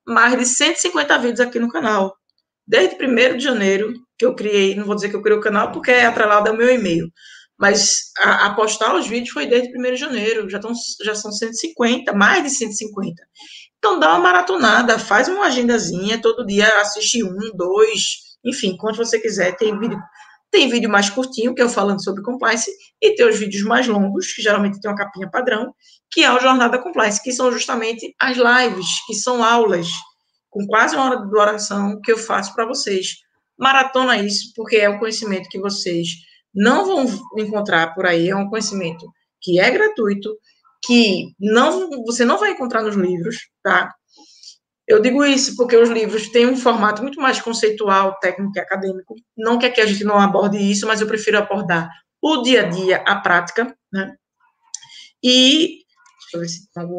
mais de 150 vídeos aqui no canal. Desde 1º de janeiro que eu criei, não vou dizer que eu criei o canal porque é atrelado ao meu e-mail, mas a postar os vídeos foi desde 1º de janeiro, já são 150, mais de 150. Então dá uma maratonada, faz uma agendazinha, todo dia assiste 1, 2, enfim, quanto você quiser. Tem vídeo mais curtinho, que é eu falando sobre compliance, e tem os vídeos mais longos, que geralmente tem uma capinha padrão, que é o Jornada Compliance, que são justamente as lives, que são aulas, com quase 1 hora de duração, que eu faço para vocês. Maratona isso, porque é um conhecimento que vocês não vão encontrar por aí, é um conhecimento que é gratuito, que você não vai encontrar nos livros, tá? Eu digo isso porque os livros têm um formato muito mais conceitual, técnico e acadêmico. Não que aqui a gente não aborde isso, mas eu prefiro abordar o dia a dia, a prática, né? E deixa eu ver se tem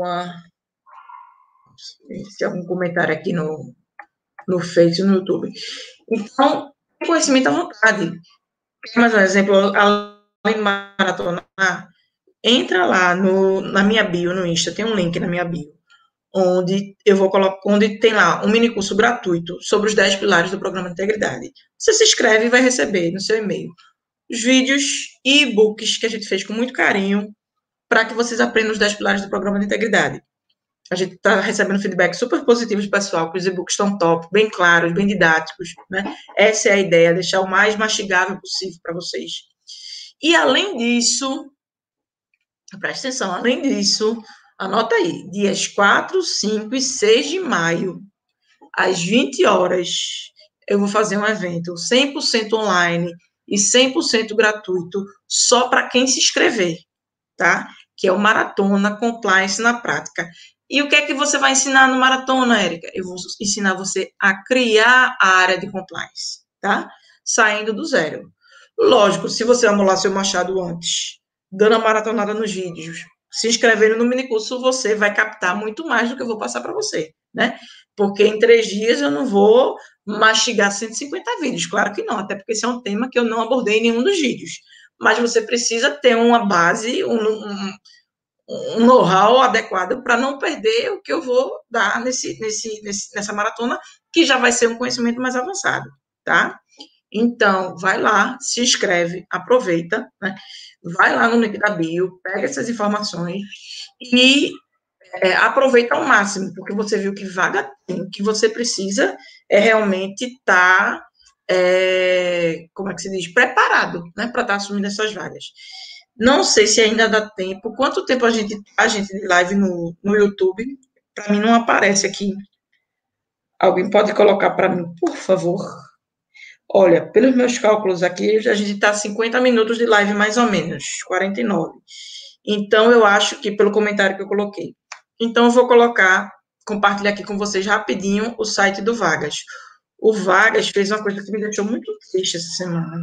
algum comentário aqui no Face e no YouTube. Então, conhecimento à vontade. Mais um exemplo, além de maratonar, entra lá na minha bio, no Insta, tem um link na minha bio, onde eu vou colocar, onde tem lá um mini curso gratuito sobre os 10 pilares do programa de integridade. Você se inscreve e vai receber no seu e-mail os vídeos e e-books que a gente fez com muito carinho para que vocês aprendam os 10 pilares do programa de integridade. A gente está recebendo feedback super positivo do pessoal, que os e-books estão top, bem claros, bem didáticos, né? Essa é a ideia, deixar o mais mastigável possível para vocês. E além disso, presta atenção, além disso, anota aí, dias 4, 5 e 6 de maio, às 20 horas, eu vou fazer um evento 100% online e 100% gratuito, só para quem se inscrever, tá? Que é o Maratona Compliance na Prática. E o que é que você vai ensinar no Maratona, Érica? Eu vou ensinar você a criar a área de compliance, tá? Saindo do zero. Lógico, se você amolar seu machado antes, dando a maratonada nos vídeos, se inscrevendo no minicurso, você vai captar muito mais do que eu vou passar para você, né? Porque em 3 dias eu não vou mastigar 150 vídeos, claro que não, até porque esse é um tema que eu não abordei em nenhum dos vídeos. Mas você precisa ter uma base, um know-how adequado para não perder o que eu vou dar nessa maratona, que já vai ser um conhecimento mais avançado, tá? Então, vai lá, se inscreve, aproveita, né? Vai lá no link da bio, pega essas informações e aproveita ao máximo, porque você viu que vaga tem, o que você precisa é realmente estar, como é que se diz, preparado, né, para estar assumindo essas vagas. Não sei se ainda dá tempo. Quanto tempo a gente de live no YouTube? Para mim não aparece aqui. Alguém pode colocar para mim, por favor? Olha, pelos meus cálculos aqui, a gente está 50 minutos de live mais ou menos, 49. Então, eu acho que, pelo comentário que eu coloquei. Então, eu vou compartilhar aqui com vocês rapidinho o site do Vagas. O Vagas fez uma coisa que me deixou muito triste essa semana.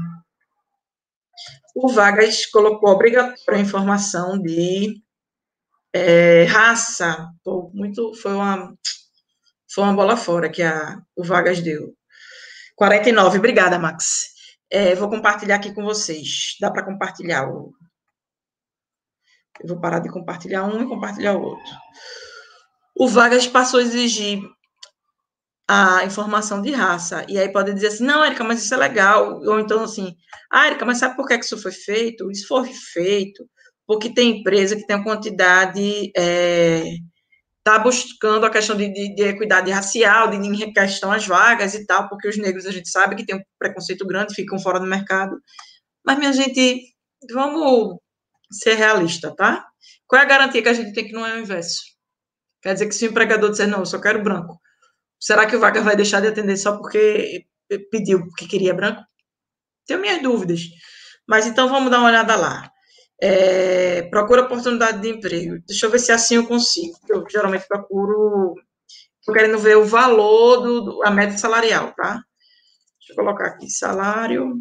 O Vagas colocou obrigatória a informação de raça. Pô, foi uma bola fora que o Vagas deu. 49, obrigada, Max. Vou compartilhar aqui com vocês. Dá para compartilhar eu vou parar de compartilhar um e compartilhar o outro. O Vagas passou a exigir a informação de raça. E aí pode dizer assim, não, Érica, mas isso é legal. Ou então assim, Érica, mas sabe por que isso foi feito? Isso foi feito porque tem empresa que tem uma quantidade, está buscando a questão de equidade racial, de questão às vagas e tal, porque os negros a gente sabe que tem um preconceito grande, ficam fora do mercado. Mas, minha gente, vamos ser realista, tá? Qual é a garantia que a gente tem que não é o inverso? Quer dizer que se o empregador disser, não, eu só quero branco, será que o vaga vai deixar de atender só porque pediu que queria branco? Tenho minhas dúvidas. Mas então vamos dar uma olhada lá. Procura oportunidade de emprego. Deixa eu ver se assim eu consigo. Eu geralmente procuro. Estou querendo ver o valor a média salarial, tá? Deixa eu colocar aqui salário.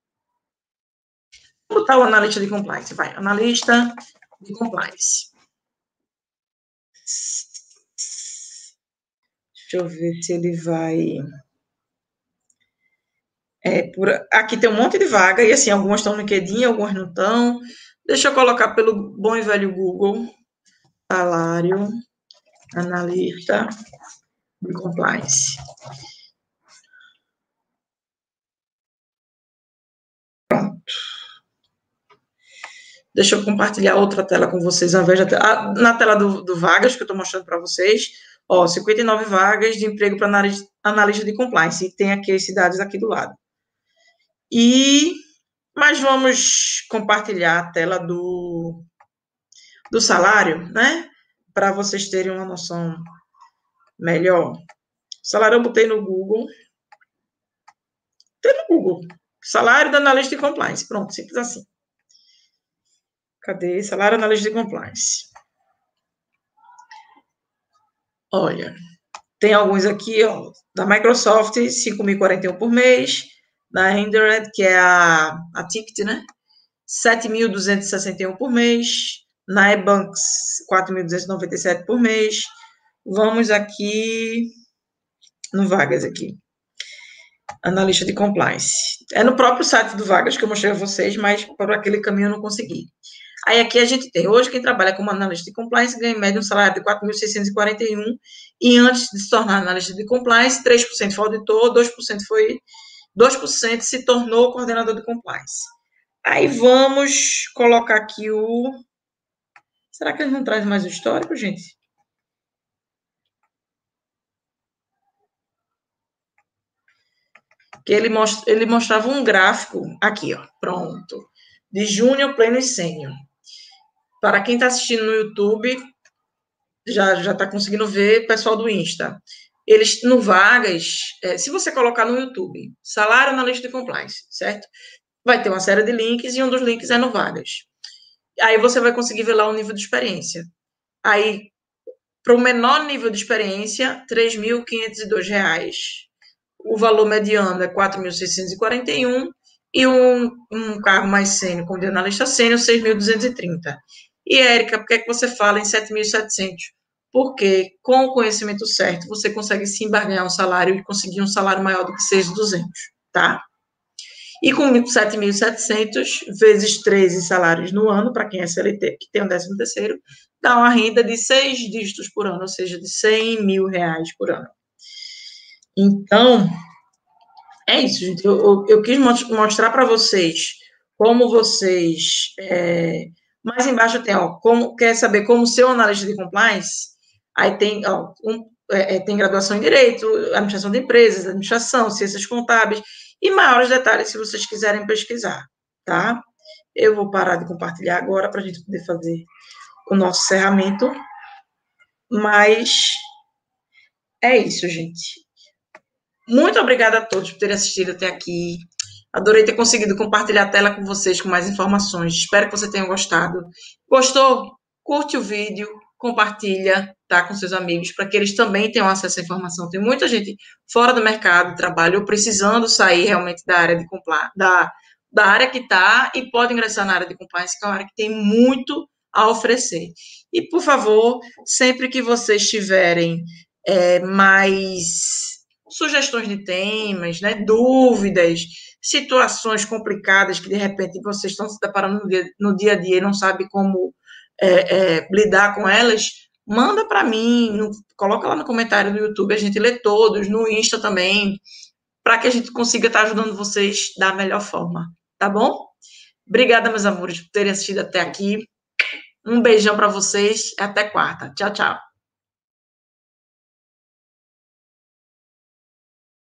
Vou botar o analista de compliance. Vai, analista de compliance. Deixa eu ver se ele vai. Aqui tem um monte de vaga, e assim, algumas estão no LinkedIn, algumas não estão. Deixa eu colocar pelo bom e velho Google. Salário, analista de compliance. Pronto. Deixa eu compartilhar outra tela com vocês, ao invés da na tela do vagas, que eu estou mostrando para vocês, 59 vagas de emprego para analista de compliance, e tem aqui esses dados aqui do lado. Mas vamos compartilhar a tela do salário, né? Para vocês terem uma noção melhor. O salário eu botei no Google. Tem no Google. Salário do analista de compliance. Pronto, simples assim. Cadê? Salário do analista de compliance. Olha, tem alguns aqui, da Microsoft, 5.041 por mês. Da Android, que é a Ticket, né? 7.261 por mês. Na eBanks, 4.297 por mês. Vamos aqui no Vagas aqui. Analista de compliance. É no próprio site do Vagas que eu mostrei a vocês, mas por aquele caminho eu não consegui. Aí aqui a gente tem, hoje quem trabalha como analista de compliance ganha em média um salário de 4.641 e antes de se tornar analista de compliance, 3% foi auditor, 2% se tornou coordenador de compliance. Aí vamos colocar aqui o... Será que ele não traz mais o histórico, gente? Que ele mostrava um gráfico aqui, pronto, de júnior, pleno e sênior. Para quem está assistindo no YouTube, já está conseguindo ver, pessoal do Insta. Eles, no Vagas, se você colocar no YouTube, salário analista de compliance, certo? Vai ter uma série de links e um dos links é no Vagas. Aí você vai conseguir ver lá o nível de experiência. Aí, para o menor nível de experiência, R$ 3.502. O valor mediano é 4.641 e um cargo mais sênior, como de analista sênior, 6.230. E, Érica, por que você fala em 7.700? Porque, com o conhecimento certo, você consegue sim barganhar um salário e conseguir um salário maior do que 6.200, tá? E com 7.700 vezes 13 salários no ano, para quem é CLT, que tem um 13º, dá uma renda de 6 dígitos por ano, ou seja, de R$100 mil por ano. Então, é isso, gente. Eu quis mostrar para vocês como vocês... mais embaixo tem, como, quer saber como ser um analista de compliance? Aí tem, tem graduação em Direito, Administração de Empresas, Administração, Ciências Contábeis, e maiores detalhes se vocês quiserem pesquisar, tá? Eu vou parar de compartilhar agora para a gente poder fazer o nosso encerramento, mas é isso, gente. Muito obrigada a todos por terem assistido até aqui. Adorei ter conseguido compartilhar a tela com vocês com mais informações. Espero que você tenha gostado. Gostou? Curte o vídeo, compartilha, tá, com seus amigos, para que eles também tenham acesso à informação. Tem muita gente fora do mercado de trabalho ou precisando sair realmente da área de compliance, da área que está e pode ingressar na área de compliance, que é uma área que tem muito a oferecer. E, por favor, sempre que vocês tiverem mais sugestões de temas, né, dúvidas, situações complicadas que, de repente, vocês estão se deparando no dia a dia e não sabem como lidar com elas, manda para mim, coloca lá no comentário do YouTube, a gente lê todos, no Insta também, para que a gente consiga estar ajudando vocês da melhor forma, tá bom? Obrigada, meus amores, por terem assistido até aqui. Um beijão para vocês, até quarta. Tchau, tchau.